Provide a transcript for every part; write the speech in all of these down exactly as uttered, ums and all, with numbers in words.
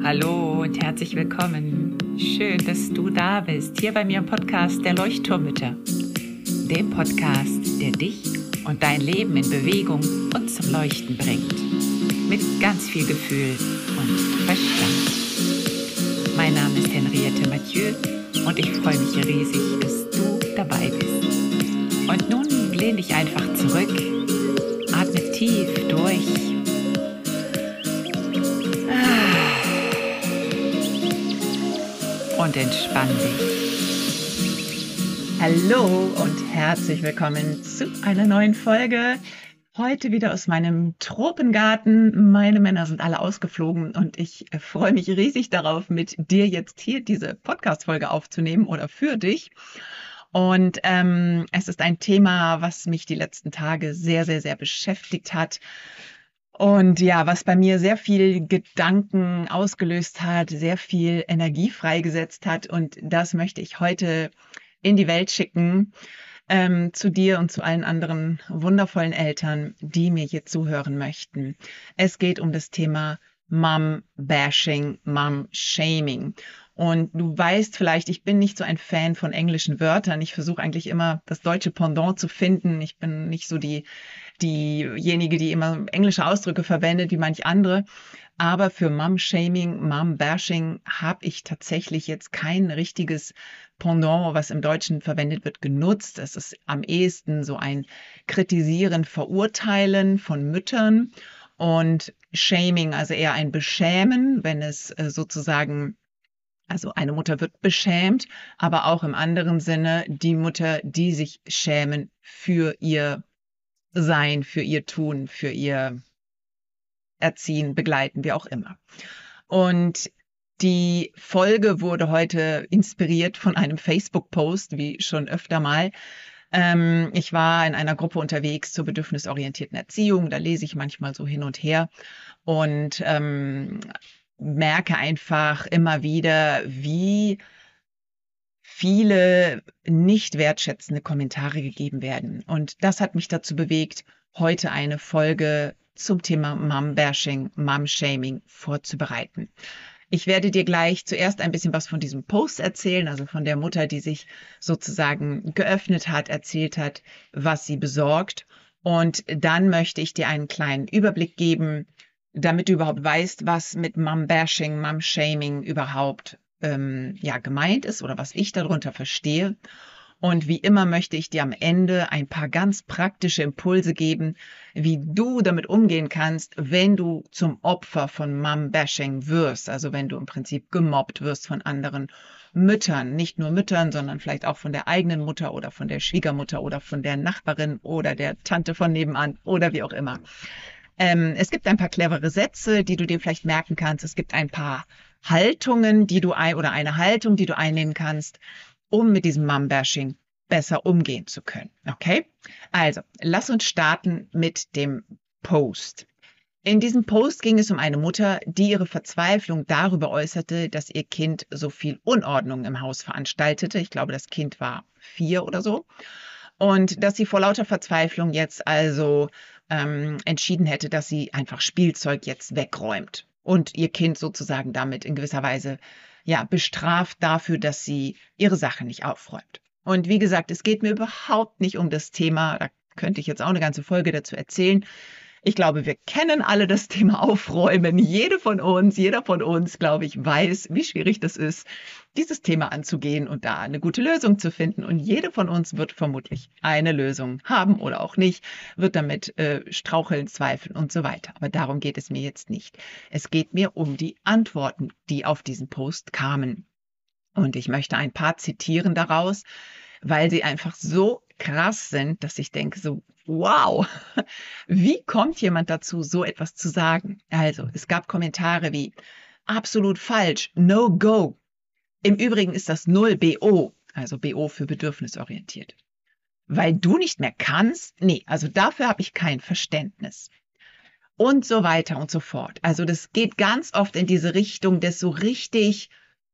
Hallo und herzlich willkommen. Schön, dass du da bist, hier bei mir im Podcast der Leuchtturmmütter. Dem Podcast, der dich und dein Leben in Bewegung und zum Leuchten bringt. Mit ganz viel Gefühl und Verstand. Mein Name ist Henriette Mathieu und ich freue mich riesig, dass du dabei bist. Und nun lehn dich einfach zurück, atme tief durch. Und entspann dich. Hallo und herzlich willkommen zu einer neuen Folge. Heute wieder aus meinem Tropengarten. Meine Männer sind alle ausgeflogen und ich freue mich riesig darauf, mit dir jetzt hier diese Podcast-Folge aufzunehmen oder für dich. Und ähm, es ist ein Thema, was mich die letzten Tage sehr, sehr, sehr beschäftigt hat. Und ja, was bei mir sehr viel Gedanken ausgelöst hat, sehr viel Energie freigesetzt hat. Und das möchte ich heute in die Welt schicken, ähm, zu dir und zu allen anderen wundervollen Eltern, die mir hier zuhören möchten. Es geht um das Thema Mom-Bashing, Mom-Shaming. Und du weißt vielleicht, ich bin nicht so ein Fan von englischen Wörtern. Ich versuche eigentlich immer, das deutsche Pendant zu finden. Ich bin nicht so die diejenige, die immer englische Ausdrücke verwendet, wie manch andere. Aber für Mom-Shaming, Mom-Bashing habe ich tatsächlich jetzt kein richtiges Pendant, was im Deutschen verwendet wird, genutzt. Es ist am ehesten so ein Kritisieren, Verurteilen von Müttern und Shaming, also eher ein Beschämen, wenn es äh, sozusagen, also eine Mutter wird beschämt, aber auch im anderen Sinne die Mutter, die sich schämen für ihr Sein, für ihr Tun, für ihr Erziehen, Begleiten, wie auch immer. Und die Folge wurde heute inspiriert von einem Facebook-Post, wie schon öfter mal. Ähm, ich war in einer Gruppe unterwegs zur bedürfnisorientierten Erziehung. Da lese ich manchmal so hin und her und ähm, merke einfach immer wieder, wie viele nicht wertschätzende Kommentare gegeben werden. Und das hat mich dazu bewegt, heute eine Folge zum Thema Mom-Bashing, Mom-Shaming vorzubereiten. Ich werde dir gleich zuerst ein bisschen was von diesem Post erzählen, also von der Mutter, die sich sozusagen geöffnet hat, erzählt hat, was sie besorgt. Und dann möchte ich dir einen kleinen Überblick geben, damit du überhaupt weißt, was mit Mom-Bashing, Mom-Shaming überhaupt ähm, ja, gemeint ist oder was ich darunter verstehe. Und wie immer möchte ich dir am Ende ein paar ganz praktische Impulse geben, wie du damit umgehen kannst, wenn du zum Opfer von Mom-Bashing wirst. Also wenn du im Prinzip gemobbt wirst von anderen Müttern, nicht nur Müttern, sondern vielleicht auch von der eigenen Mutter oder von der Schwiegermutter oder von der Nachbarin oder der Tante von nebenan oder wie auch immer. Ähm, es gibt ein paar clevere Sätze, die du dir vielleicht merken kannst. Es gibt ein paar Haltungen, die du ein oder eine Haltung, die du einnehmen kannst, um mit diesem Mom-Bashing besser umgehen zu können. Okay? Also, lass uns starten mit dem Post. In diesem Post ging es um eine Mutter, die ihre Verzweiflung darüber äußerte, dass ihr Kind so viel Unordnung im Haus veranstaltete. Ich glaube, das Kind war vier oder so. Und dass sie vor lauter Verzweiflung jetzt also ähm, entschieden hätte, dass sie einfach Spielzeug jetzt wegräumt und ihr Kind sozusagen damit in gewisser Weise ja bestraft dafür, dass sie ihre Sachen nicht aufräumt. Und wie gesagt, es geht mir überhaupt nicht um das Thema, da könnte ich jetzt auch eine ganze Folge dazu erzählen. Ich glaube, wir kennen alle das Thema Aufräumen. Jede von uns, jeder von uns, glaube ich, weiß, wie schwierig das ist, dieses Thema anzugehen und da eine gute Lösung zu finden. Und jede von uns wird vermutlich eine Lösung haben oder auch nicht, wird damit äh, straucheln, zweifeln und so weiter. Aber darum geht es mir jetzt nicht. Es geht mir um die Antworten, die auf diesen Post kamen. Und ich möchte ein paar zitieren daraus, weil sie einfach so krass sind, dass ich denke so, wow, wie kommt jemand dazu, so etwas zu sagen? Also, es gab Kommentare wie, absolut falsch, no go. Im Übrigen ist das null B O, also B O für bedürfnisorientiert. Weil du nicht mehr kannst? Nee, also dafür habe ich kein Verständnis. Und so weiter und so fort. Also das geht ganz oft in diese Richtung des so richtig,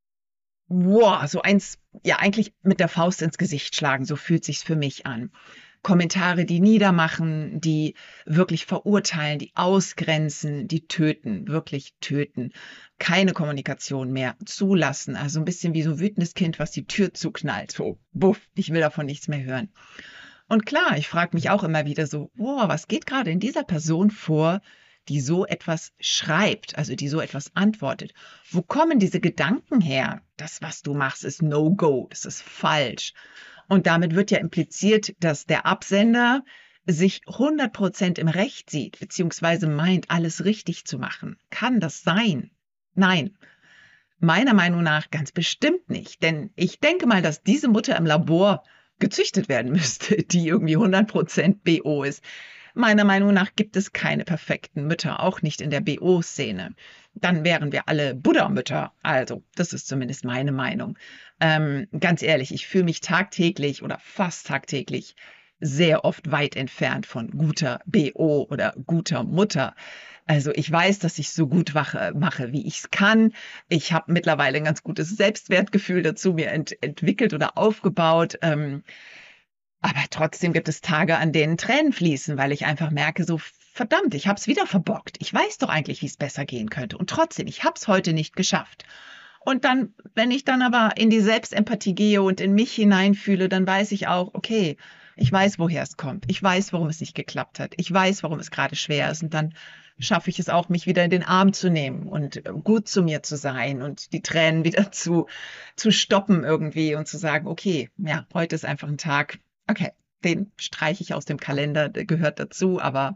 wow, so eins, ja eigentlich mit der Faust ins Gesicht schlagen, so fühlt sich's für mich an. Kommentare, die niedermachen, die wirklich verurteilen, die ausgrenzen, die töten, wirklich töten. Keine Kommunikation mehr zulassen. Also ein bisschen wie so ein wütendes Kind, was die Tür zuknallt. So, buff, ich will davon nichts mehr hören. Und klar, ich frage mich auch immer wieder so, boah, was geht gerade in dieser Person vor, die so etwas schreibt, also die so etwas antwortet? Wo kommen diese Gedanken her? Das, was du machst, ist No-Go, das ist falsch. Und damit wird ja impliziert, dass der Absender sich hundert Prozent im Recht sieht, beziehungsweise meint, alles richtig zu machen. Kann das sein? Nein. Meiner Meinung nach ganz bestimmt nicht. Denn ich denke mal, dass diese Mutter im Labor gezüchtet werden müsste, die irgendwie hundert Prozent B O ist. Meiner Meinung nach gibt es keine perfekten Mütter, auch nicht in der B O-Szene. Dann wären wir alle Buddha-Mütter. Also, das ist zumindest meine Meinung. Ähm, ganz ehrlich, ich fühle mich tagtäglich oder fast tagtäglich sehr oft weit entfernt von guter B O oder guter Mutter. Also ich weiß, dass ich so gut wache, mache, wie ich es kann. Ich habe mittlerweile ein ganz gutes Selbstwertgefühl dazu mir ent entwickelt oder aufgebaut. Ähm, aber trotzdem gibt es Tage, an denen Tränen fließen, weil ich einfach merke, so verdammt, ich habe es wieder verbockt. Ich weiß doch eigentlich, wie es besser gehen könnte. Und trotzdem, ich habe es heute nicht geschafft. Und dann, wenn ich dann aber in die Selbstempathie gehe und in mich hineinfühle, dann weiß ich auch, okay, ich weiß, woher es kommt. Ich weiß, warum es nicht geklappt hat. Ich weiß, warum es gerade schwer ist. Und dann schaffe ich es auch, mich wieder in den Arm zu nehmen und gut zu mir zu sein und die Tränen wieder zu, zu stoppen irgendwie und zu sagen, okay, ja, heute ist einfach ein Tag, okay, den streiche ich aus dem Kalender, der gehört dazu, aber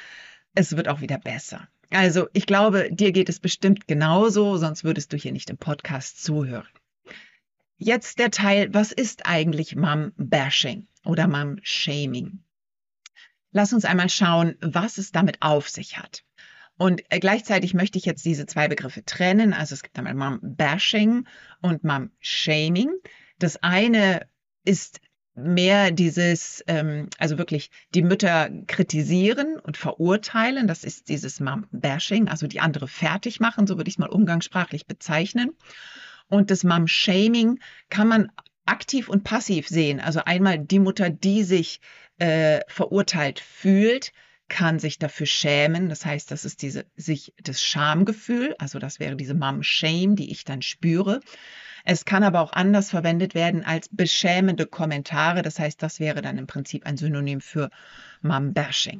es wird auch wieder besser. Also ich glaube, dir geht es bestimmt genauso, sonst würdest du hier nicht im Podcast zuhören. Jetzt der Teil, was ist eigentlich Mom-Bashing oder Mom-Shaming? Lass uns einmal schauen, was es damit auf sich hat. Und äh, gleichzeitig möchte ich jetzt diese zwei Begriffe trennen. Also es gibt einmal Mom-Bashing und Mom-Shaming. Das eine ist mehr dieses, ähm, also wirklich die Mütter kritisieren und verurteilen. Das ist dieses Mom-Bashing, also die andere fertig machen, so würde ich es mal umgangssprachlich bezeichnen. Und das Mom-Shaming kann man aktiv und passiv sehen. Also einmal die Mutter, die sich äh, verurteilt fühlt, kann sich dafür schämen. Das heißt, das ist diese, sich das Schamgefühl, also das wäre diese Mom-Shame, die ich dann spüre. Es kann aber auch anders verwendet werden als beschämende Kommentare. Das heißt, das wäre dann im Prinzip ein Synonym für Mom-Bashing.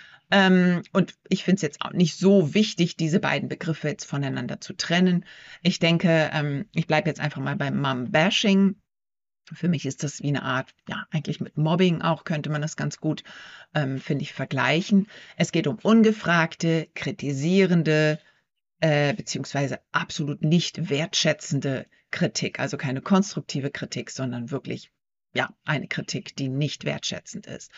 Ähm, und ich finde es jetzt auch nicht so wichtig, diese beiden Begriffe jetzt voneinander zu trennen. Ich denke, ähm, ich bleibe jetzt einfach mal beim Mom-Bashing. Für mich ist das wie eine Art, ja, eigentlich mit Mobbing auch könnte man das ganz gut, ähm, finde ich, vergleichen. Es geht um ungefragte, kritisierende, äh, beziehungsweise absolut nicht wertschätzende Kritik. Also keine konstruktive Kritik, sondern wirklich, ja, eine Kritik, die nicht wertschätzend ist.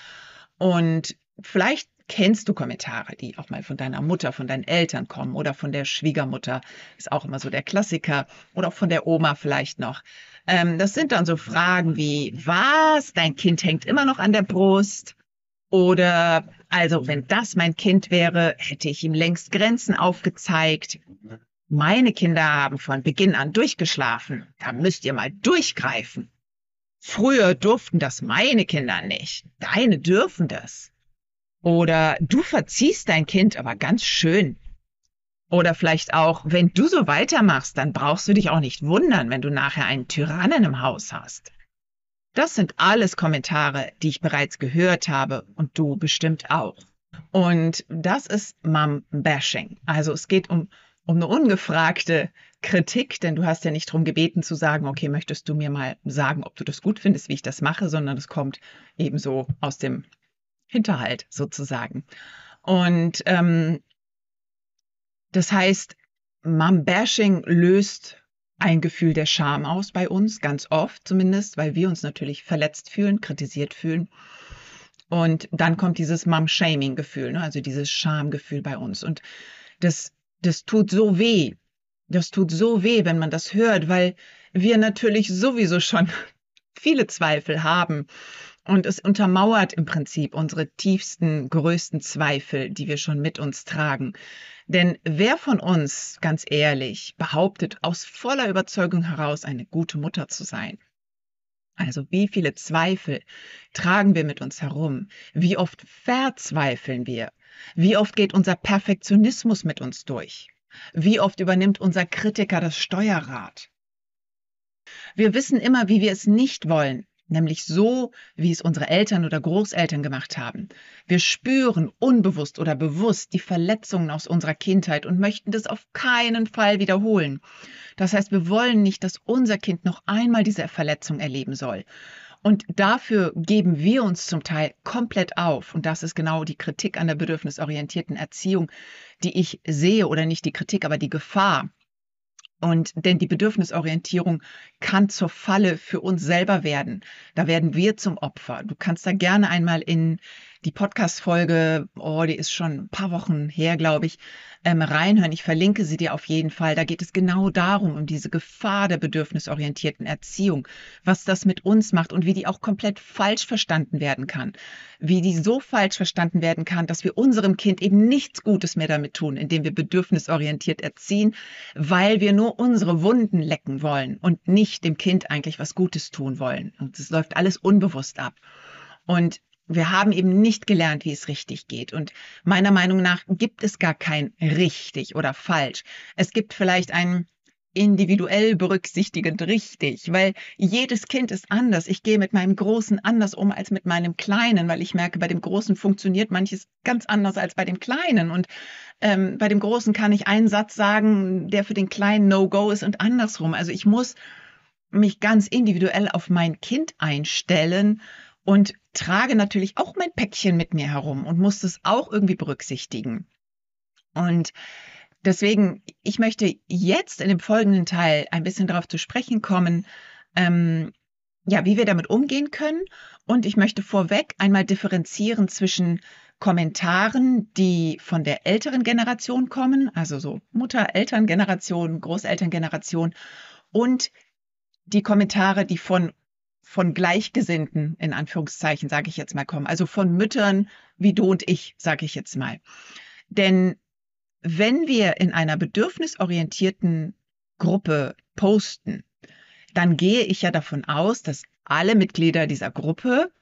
Und vielleicht kennst du Kommentare, die auch mal von deiner Mutter, von deinen Eltern kommen oder von der Schwiegermutter, ist auch immer so der Klassiker, oder auch von der Oma vielleicht noch. Ähm, das sind dann so Fragen wie, was, dein Kind hängt immer noch an der Brust? Oder, also, wenn das mein Kind wäre, hätte ich ihm längst Grenzen aufgezeigt. Meine Kinder haben von Beginn an durchgeschlafen. Da müsst ihr mal durchgreifen. Früher durften das meine Kinder nicht. Deine dürfen das. Oder du verziehst dein Kind aber ganz schön. Oder vielleicht auch, wenn du so weitermachst, dann brauchst du dich auch nicht wundern, wenn du nachher einen Tyrannen im Haus hast. Das sind alles Kommentare, die ich bereits gehört habe und du bestimmt auch. Und das ist Mom-Bashing. Also es geht um, um eine ungefragte Kritik, denn du hast ja nicht darum gebeten zu sagen, okay, möchtest du mir mal sagen, ob du das gut findest, wie ich das mache, sondern es kommt ebenso aus dem Hinterhalt sozusagen. Und ähm, das heißt, Mom-Bashing löst ein Gefühl der Scham aus bei uns, ganz oft zumindest, weil wir uns natürlich verletzt fühlen, kritisiert fühlen. Und dann kommt dieses Mom-Shaming-Gefühl, ne? Also dieses Schamgefühl bei uns. Und das, das tut so weh. Das tut so weh, wenn man das hört, weil wir natürlich sowieso schon viele Zweifel haben. Und es untermauert im Prinzip unsere tiefsten, größten Zweifel, die wir schon mit uns tragen. Denn wer von uns, ganz ehrlich, behauptet aus voller Überzeugung heraus, eine gute Mutter zu sein? Also wie viele Zweifel tragen wir mit uns herum? Wie oft verzweifeln wir? Wie oft geht unser Perfektionismus mit uns durch? Wie oft übernimmt unser Kritiker das Steuerrad? Wir wissen immer, wie wir es nicht wollen, nämlich so, wie es unsere Eltern oder Großeltern gemacht haben. Wir spüren unbewusst oder bewusst die Verletzungen aus unserer Kindheit und möchten das auf keinen Fall wiederholen. Das heißt, wir wollen nicht, dass unser Kind noch einmal diese Verletzung erleben soll. Und dafür geben wir uns zum Teil komplett auf. Und das ist genau die Kritik an der bedürfnisorientierten Erziehung, die ich sehe, oder nicht die Kritik, aber die Gefahr. Und denn die Bedürfnisorientierung kann zur Falle für uns selber werden. Da werden wir zum Opfer. Du kannst da gerne einmal in die Podcast-Folge, oh, die ist schon ein paar Wochen her, glaube ich, ähm, reinhören. Ich verlinke sie dir auf jeden Fall. Da geht es genau darum, um diese Gefahr der bedürfnisorientierten Erziehung, was das mit uns macht und wie die auch komplett falsch verstanden werden kann. Wie die so falsch verstanden werden kann, dass wir unserem Kind eben nichts Gutes mehr damit tun, indem wir bedürfnisorientiert erziehen, weil wir nur unsere Wunden lecken wollen und nicht dem Kind eigentlich was Gutes tun wollen. Und es läuft alles unbewusst ab. Und wir haben eben nicht gelernt, wie es richtig geht. Und meiner Meinung nach gibt es gar kein richtig oder falsch. Es gibt vielleicht ein individuell berücksichtigend richtig, weil jedes Kind ist anders. Ich gehe mit meinem Großen anders um als mit meinem Kleinen, weil ich merke, bei dem Großen funktioniert manches ganz anders als bei dem Kleinen. Und ähm, bei dem Großen kann ich einen Satz sagen, der für den Kleinen No-Go ist und andersrum. Also ich muss mich ganz individuell auf mein Kind einstellen und trage natürlich auch mein Päckchen mit mir herum und muss das auch irgendwie berücksichtigen. Und deswegen, ich möchte jetzt in dem folgenden Teil ein bisschen darauf zu sprechen kommen, ähm, ja, wie wir damit umgehen können. Und ich möchte vorweg einmal differenzieren zwischen Kommentaren, die von der älteren Generation kommen, also so Mutter-Eltern-Generation, Großelterngeneration, und die Kommentare, die von von Gleichgesinnten, in Anführungszeichen, sage ich jetzt mal, kommen, also von Müttern wie du und ich, sage ich jetzt mal. Denn wenn wir in einer bedürfnisorientierten Gruppe posten, dann gehe ich ja davon aus, dass alle Mitglieder dieser Gruppe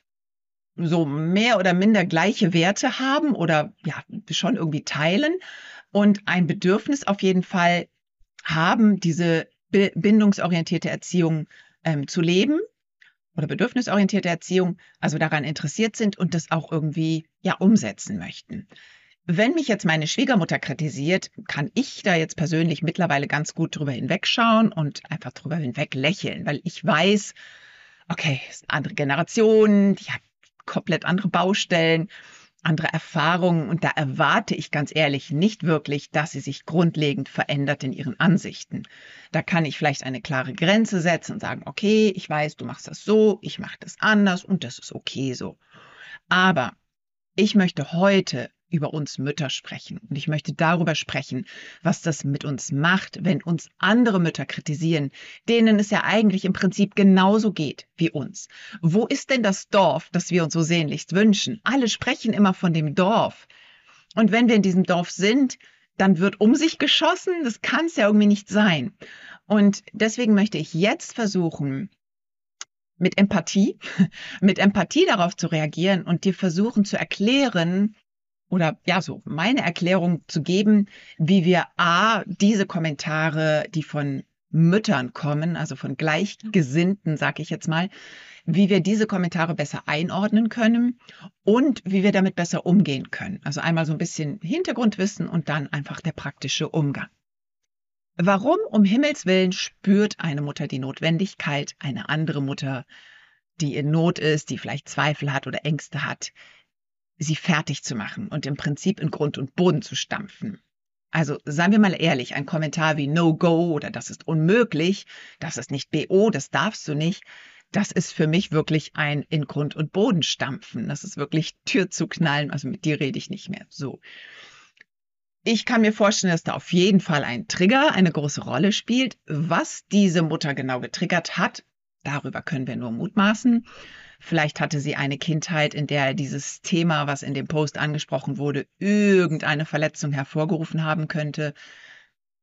so mehr oder minder gleiche Werte haben oder ja schon irgendwie teilen und ein Bedürfnis auf jeden Fall haben, diese bindungsorientierte Erziehung ähm, zu leben oder bedürfnisorientierte Erziehung, also daran interessiert sind und das auch irgendwie ja umsetzen möchten. Wenn mich jetzt meine Schwiegermutter kritisiert, kann ich da jetzt persönlich mittlerweile ganz gut drüber hinwegschauen und einfach drüber hinweg lächeln, weil ich weiß, okay, es ist eine andere Generation, die hat komplett andere Baustellen, andere Erfahrungen und da erwarte ich ganz ehrlich nicht wirklich, dass sie sich grundlegend verändert in ihren Ansichten. Da kann ich vielleicht eine klare Grenze setzen und sagen, okay, ich weiß, du machst das so, ich mache das anders und das ist okay so. Aber ich möchte heute über uns Mütter sprechen und ich möchte darüber sprechen, was das mit uns macht, wenn uns andere Mütter kritisieren, denen es ja eigentlich im Prinzip genauso geht wie uns. Wo ist denn das Dorf, das wir uns so sehnlichst wünschen? Alle sprechen immer von dem Dorf. Und wenn wir in diesem Dorf sind, dann wird um sich geschossen. Das kann es ja irgendwie nicht sein. Und deswegen möchte ich jetzt versuchen, mit Empathie, mit Empathie darauf zu reagieren und dir versuchen zu erklären, oder ja, so meine Erklärung zu geben, wie wir A, diese Kommentare, die von Müttern kommen, also von Gleichgesinnten, sag ich jetzt mal, wie wir diese Kommentare besser einordnen können und wie wir damit besser umgehen können. Also einmal so ein bisschen Hintergrundwissen und dann einfach der praktische Umgang. Warum um Himmels Willen spürt eine Mutter die Notwendigkeit, eine andere Mutter, die in Not ist, die vielleicht Zweifel hat oder Ängste hat, sie fertig zu machen und im Prinzip in Grund und Boden zu stampfen? Also seien wir mal ehrlich, ein Kommentar wie No Go oder das ist unmöglich, das ist nicht B O, das darfst du nicht, das ist für mich wirklich ein in Grund und Boden stampfen. Das ist wirklich Tür zu knallen, also mit dir rede ich nicht mehr. So. Ich kann mir vorstellen, dass da auf jeden Fall ein Trigger eine große Rolle spielt. Was diese Mutter genau getriggert hat, darüber können wir nur mutmaßen. Vielleicht hatte sie eine Kindheit, in der dieses Thema, was in dem Post angesprochen wurde, irgendeine Verletzung hervorgerufen haben könnte.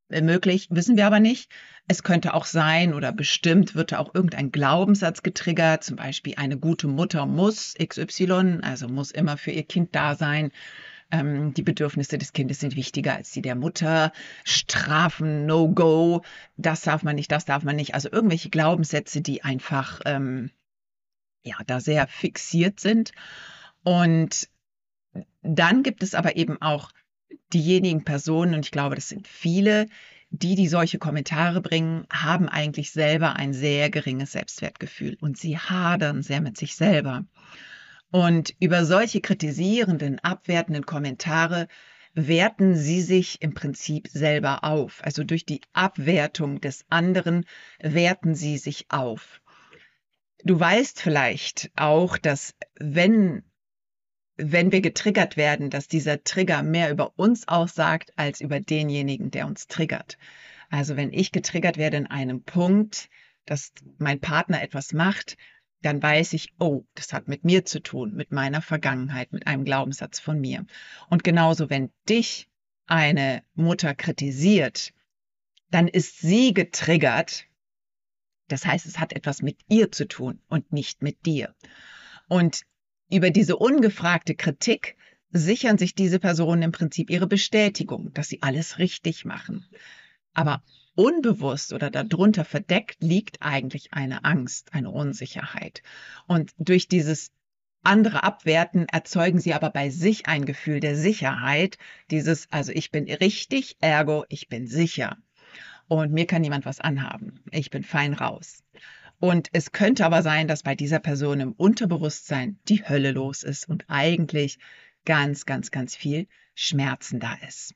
möglich, wissen wir aber nicht. Es könnte auch sein oder bestimmt wird da auch irgendein Glaubenssatz getriggert, zum Beispiel eine gute Mutter muss X Y, also muss immer für ihr Kind da sein. Ähm, die Bedürfnisse des Kindes sind wichtiger als die der Mutter. Strafen, No-Go, das darf man nicht, das darf man nicht. Also irgendwelche Glaubenssätze, die einfach ähm, ja da sehr fixiert sind. Und dann gibt es aber eben auch diejenigen Personen, und ich glaube, das sind viele, die, die solche Kommentare bringen, haben eigentlich selber ein sehr geringes Selbstwertgefühl und sie hadern sehr mit sich selber. Und über solche kritisierenden, abwertenden Kommentare werten sie sich im Prinzip selber auf. Also durch die Abwertung des anderen werten sie sich auf. Du weißt vielleicht auch, dass wenn wenn wir getriggert werden, dass dieser Trigger mehr über uns aussagt als über denjenigen, der uns triggert. Also wenn ich getriggert werde in einem Punkt, dass mein Partner etwas macht, dann weiß ich, oh, das hat mit mir zu tun, mit meiner Vergangenheit, mit einem Glaubenssatz von mir. Und genauso, wenn dich eine Mutter kritisiert, dann ist sie getriggert. Das heißt, es hat etwas mit ihr zu tun und nicht mit dir. Und über diese ungefragte Kritik sichern sich diese Personen im Prinzip ihre Bestätigung, dass sie alles richtig machen. Aber unbewusst oder darunter verdeckt liegt eigentlich eine Angst, eine Unsicherheit. Und durch dieses andere Abwerten erzeugen sie aber bei sich ein Gefühl der Sicherheit. Dieses, also ich bin richtig, ergo ich bin sicher. Und mir kann niemand was anhaben. Ich bin fein raus. Und es könnte aber sein, dass bei dieser Person im Unterbewusstsein die Hölle los ist und eigentlich ganz, ganz, ganz viel Schmerzen da ist.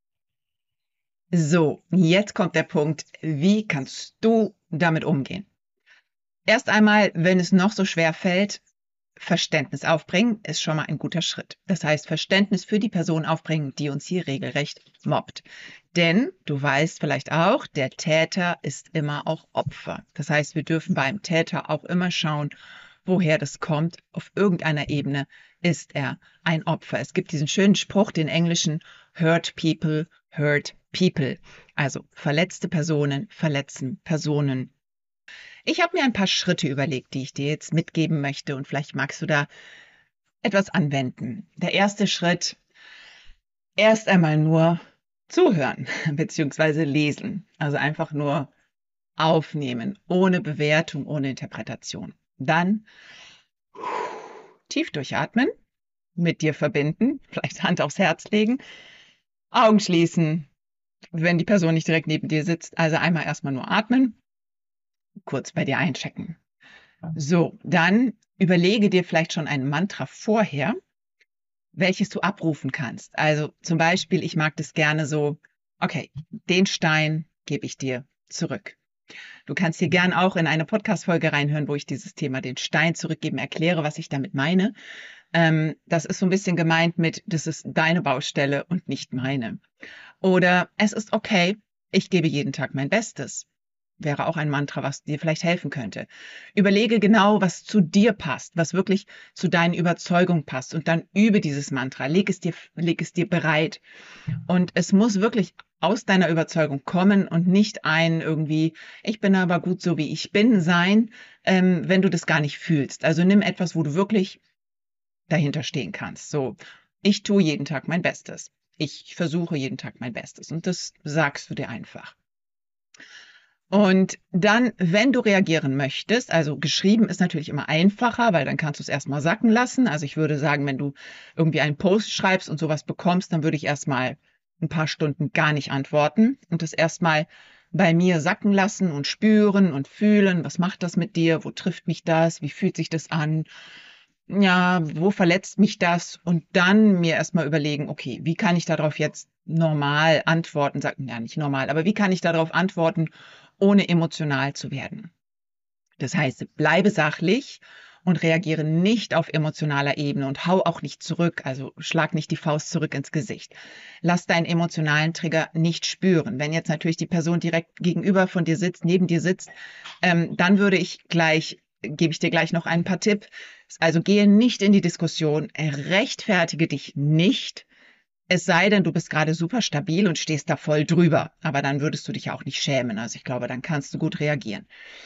So, jetzt kommt der Punkt, wie kannst du damit umgehen? Erst einmal, wenn es noch so schwer fällt, Verständnis aufbringen ist schon mal ein guter Schritt. Das heißt, Verständnis für die Person aufbringen, die uns hier regelrecht mobbt. Denn du weißt vielleicht auch, der Täter ist immer auch Opfer. Das heißt, wir dürfen beim Täter auch immer schauen, woher das kommt. Auf irgendeiner Ebene ist er ein Opfer. Es gibt diesen schönen Spruch, den englischen Hurt people, hurt people. Also verletzte Personen verletzen Personen. Ich habe mir ein paar Schritte überlegt, die ich dir jetzt mitgeben möchte und vielleicht magst du da etwas anwenden. Der erste Schritt, erst einmal nur zuhören bzw. lesen. Also einfach nur aufnehmen, ohne Bewertung, ohne Interpretation. Dann tief durchatmen, mit dir verbinden, vielleicht Hand aufs Herz legen, Augen schließen, wenn die Person nicht direkt neben dir sitzt. Also einmal erstmal nur atmen. Kurz bei dir einchecken. So, dann überlege dir vielleicht schon ein Mantra vorher, welches du abrufen kannst. Also zum Beispiel, ich mag das gerne so, okay, den Stein gebe ich dir zurück. Du kannst hier gern auch in eine Podcast-Folge reinhören, wo ich dieses Thema den Stein zurückgeben erkläre, was ich damit meine. Ähm, das ist so ein bisschen gemeint mit, das ist deine Baustelle und nicht meine. Oder es ist okay, ich gebe jeden Tag mein Bestes. Wäre auch ein Mantra, was dir vielleicht helfen könnte. Überlege genau, was zu dir passt, was wirklich zu deinen Überzeugungen passt und dann übe dieses Mantra. Leg es dir, leg es dir bereit. Und es muss wirklich aus deiner Überzeugung kommen und nicht ein irgendwie, ich bin aber gut so wie ich bin sein, ähm, wenn du das gar nicht fühlst. Also nimm etwas, wo du wirklich dahinter stehen kannst. So, ich tue jeden Tag mein Bestes. Ich versuche jeden Tag mein Bestes. Und das sagst du dir einfach. Und dann, wenn du reagieren möchtest, also geschrieben ist natürlich immer einfacher, weil dann kannst du es erstmal sacken lassen. Also ich würde sagen, wenn du irgendwie einen Post schreibst und sowas bekommst, dann würde ich erstmal ein paar Stunden gar nicht antworten und das erstmal bei mir sacken lassen und spüren und fühlen. Was macht das mit dir? Wo trifft mich das? Wie fühlt sich das an? Ja, wo verletzt mich das? Und dann mir erstmal überlegen, okay, wie kann ich darauf jetzt normal antworten? Sagen, ja, nicht normal, aber wie kann ich darauf antworten, ohne emotional zu werden? Das heißt, bleibe sachlich und reagiere nicht auf emotionaler Ebene und hau auch nicht zurück, also schlag nicht die Faust zurück ins Gesicht. Lass deinen emotionalen Trigger nicht spüren. Wenn jetzt natürlich die Person direkt gegenüber von dir sitzt, neben dir sitzt, ähm, dann würde ich gleich, gebe ich dir gleich noch ein paar Tipps. Also gehe nicht in die Diskussion, rechtfertige dich nicht, Es sei denn, du bist gerade super stabil und stehst da voll drüber. Aber dann würdest du dich ja auch nicht schämen. Also ich glaube, dann kannst du gut reagieren.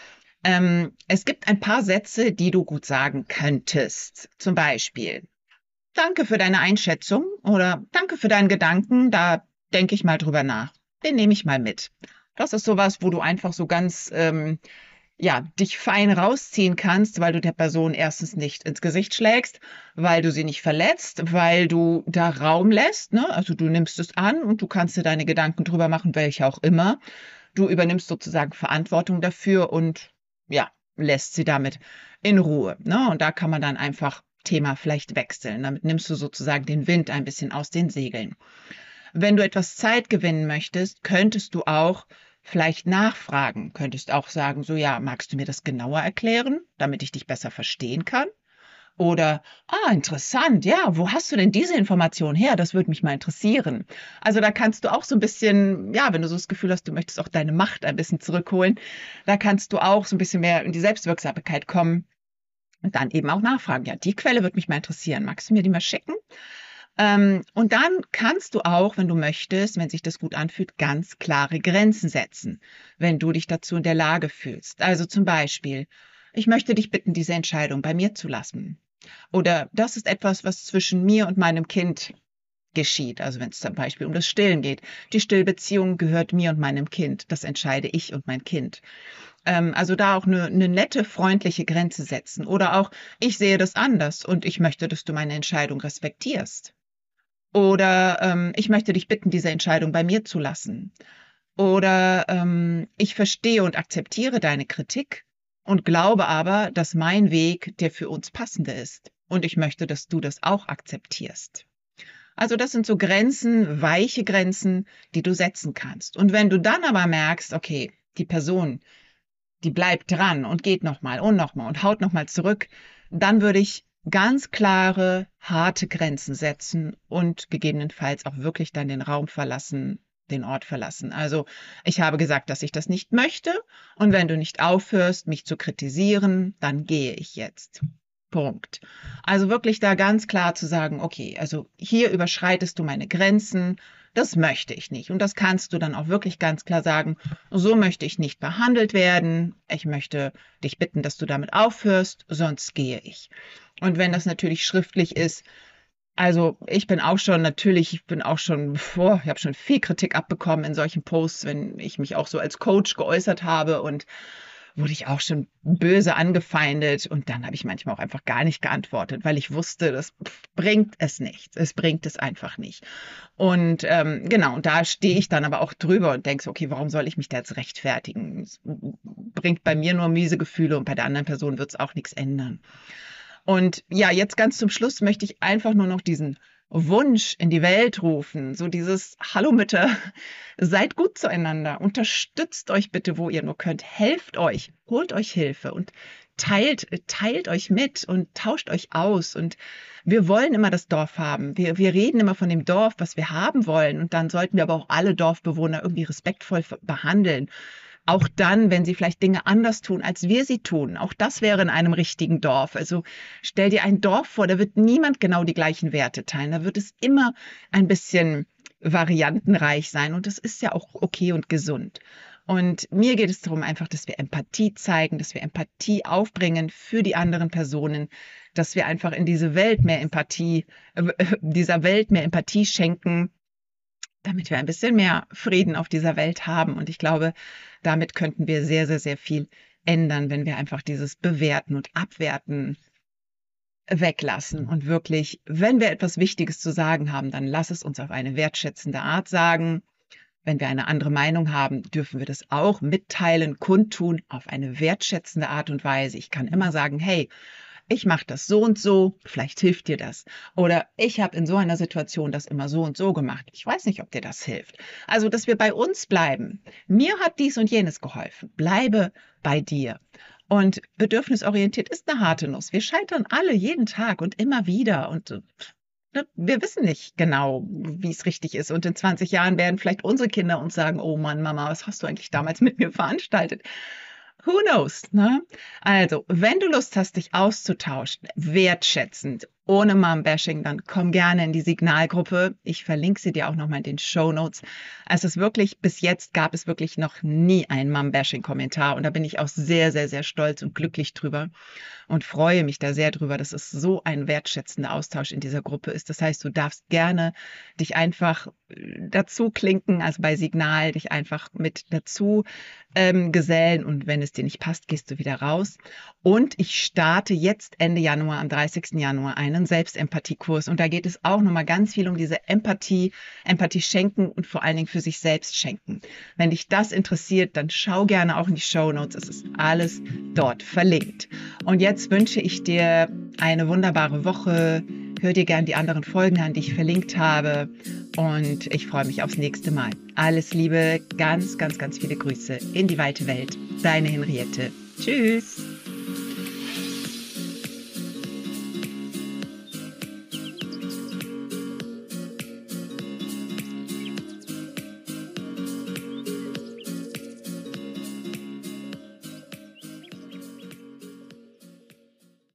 Ähm, es gibt ein paar Sätze, die du gut sagen könntest. Zum Beispiel, danke für deine Einschätzung oder danke für deinen Gedanken. Da denke ich mal drüber nach. Den nehme ich mal mit. Das ist sowas, wo du einfach so ganz ähm, ja, dich fein rausziehen kannst, weil du der Person erstens nicht ins Gesicht schlägst, weil du sie nicht verletzt, weil du da Raum lässt, ne? Also du nimmst es an und du kannst dir deine Gedanken drüber machen, welche auch immer. Du übernimmst sozusagen Verantwortung dafür und ja, lässt sie damit in Ruhe, ne? Und da kann man dann einfach Thema vielleicht wechseln. Damit nimmst du sozusagen den Wind ein bisschen aus den Segeln. Wenn du etwas Zeit gewinnen möchtest, könntest du auch vielleicht nachfragen, könntest auch sagen, so ja, magst du mir das genauer erklären, damit ich dich besser verstehen kann? Oder, ah, interessant, ja, wo hast du denn diese Information her? Das würde mich mal interessieren. Also da kannst du auch so ein bisschen, ja, wenn du so das Gefühl hast, du möchtest auch deine Macht ein bisschen zurückholen, da kannst du auch so ein bisschen mehr in die Selbstwirksamkeit kommen und dann eben auch nachfragen. Ja, die Quelle würde mich mal interessieren. Magst du mir die mal schicken? Ähm, und dann kannst du auch, wenn du möchtest, wenn sich das gut anfühlt, ganz klare Grenzen setzen, wenn du dich dazu in der Lage fühlst. Also zum Beispiel, ich möchte dich bitten, diese Entscheidung bei mir zu lassen. Oder das ist etwas, was zwischen mir und meinem Kind geschieht. Also wenn es zum Beispiel um das Stillen geht. Die Stillbeziehung gehört mir und meinem Kind. Das entscheide ich und mein Kind. Ähm, also da auch eine, eine nette, freundliche Grenze setzen. Oder auch, ich sehe das anders und ich möchte, dass du meine Entscheidung respektierst. Oder ähm, ich möchte dich bitten, diese Entscheidung bei mir zu lassen. Oder ähm, ich verstehe und akzeptiere deine Kritik und glaube aber, dass mein Weg der für uns passende ist. Und ich möchte, dass du das auch akzeptierst. Also das sind so Grenzen, weiche Grenzen, die du setzen kannst. Und wenn du dann aber merkst, okay, die Person, die bleibt dran und geht nochmal und nochmal und haut nochmal zurück, dann würde ich ganz klare, harte Grenzen setzen und gegebenenfalls auch wirklich dann den Raum verlassen, den Ort verlassen. Also ich habe gesagt, dass ich das nicht möchte und wenn du nicht aufhörst, mich zu kritisieren, dann gehe ich jetzt. Punkt. Also wirklich da ganz klar zu sagen, okay, also hier überschreitest du meine Grenzen, das möchte ich nicht. Und das kannst du dann auch wirklich ganz klar sagen, so möchte ich nicht behandelt werden. Ich möchte dich bitten, dass du damit aufhörst, sonst gehe ich. Und wenn das natürlich schriftlich ist, also ich bin auch schon natürlich, ich bin auch schon, boah, ich habe schon viel Kritik abbekommen in solchen Posts, wenn ich mich auch so als Coach geäußert habe und wurde ich auch schon böse angefeindet und dann habe ich manchmal auch einfach gar nicht geantwortet, weil ich wusste, das bringt es nichts. Es bringt es einfach nicht. Und ähm, genau, und da stehe ich dann aber auch drüber und denke so, okay, warum soll ich mich da jetzt rechtfertigen? Es bringt bei mir nur miese Gefühle und bei der anderen Person wird es auch nichts ändern. Und ja, jetzt ganz zum Schluss möchte ich einfach nur noch diesen Wunsch in die Welt rufen, so dieses Hallo Mütter, seid gut zueinander, unterstützt euch bitte, wo ihr nur könnt, helft euch, holt euch Hilfe und teilt, teilt euch mit und tauscht euch aus. Und wir wollen immer das Dorf haben. Wir, wir reden immer von dem Dorf, was wir haben wollen. Und dann sollten wir aber auch alle Dorfbewohner irgendwie respektvoll behandeln. Auch dann, wenn sie vielleicht Dinge anders tun, als wir sie tun. Auch das wäre in einem richtigen Dorf. Also stell dir ein Dorf vor, da wird niemand genau die gleichen Werte teilen. Da wird es immer ein bisschen variantenreich sein. Und das ist ja auch okay und gesund. Und mir geht es darum einfach, dass wir Empathie zeigen, dass wir Empathie aufbringen für die anderen Personen, dass wir einfach in diese Welt mehr Empathie, äh, dieser Welt mehr Empathie schenken, damit wir ein bisschen mehr Frieden auf dieser Welt haben. Und ich glaube, damit könnten wir sehr, sehr, sehr viel ändern, wenn wir einfach dieses Bewerten und Abwerten weglassen und wirklich, wenn wir etwas Wichtiges zu sagen haben, dann lass es uns auf eine wertschätzende Art sagen. Wenn wir eine andere Meinung haben, dürfen wir das auch mitteilen, kundtun, auf eine wertschätzende Art und Weise. Ich kann immer sagen, hey, ich mache das so und so, vielleicht hilft dir das. Oder ich habe in so einer Situation das immer so und so gemacht. Ich weiß nicht, ob dir das hilft. Also, dass wir bei uns bleiben. Mir hat dies und jenes geholfen. Bleibe bei dir. Und bedürfnisorientiert ist eine harte Nuss. Wir scheitern alle jeden Tag und immer wieder. Und ne, wir wissen nicht genau, wie es richtig ist. Und in zwanzig Jahren werden vielleicht unsere Kinder uns sagen, oh Mann, Mama, was hast du eigentlich damals mit mir veranstaltet? Who knows, ne? Also, wenn du Lust hast, dich auszutauschen, wertschätzend, ohne Mom-Bashing, dann komm gerne in die Signalgruppe. Ich verlinke sie dir auch nochmal in den Shownotes. Es ist wirklich, bis jetzt gab es wirklich noch nie einen Mom-Bashing-Kommentar und da bin ich auch sehr, sehr, sehr stolz und glücklich drüber und freue mich da sehr drüber, dass es so ein wertschätzender Austausch in dieser Gruppe ist. Das heißt, du darfst gerne dich einfach dazu klinken, also bei Signal dich einfach mit dazu ähm, gesellen und wenn es dir nicht passt, gehst du wieder raus. Und ich starte jetzt Ende Januar, am dreißigsten Januar, einen Selbstemphatiekurs und da geht es auch nochmal ganz viel um diese Empathie, Empathie schenken und vor allen Dingen für sich selbst schenken. Wenn dich das interessiert, dann schau gerne auch in die Shownotes, es ist alles dort verlinkt. Und jetzt wünsche ich dir eine wunderbare Woche. Hör dir gerne die anderen Folgen an, die ich verlinkt habe. Und ich freue mich aufs nächste Mal. Alles Liebe, ganz, ganz, ganz viele Grüße in die weite Welt. Deine Henriette. Tschüss.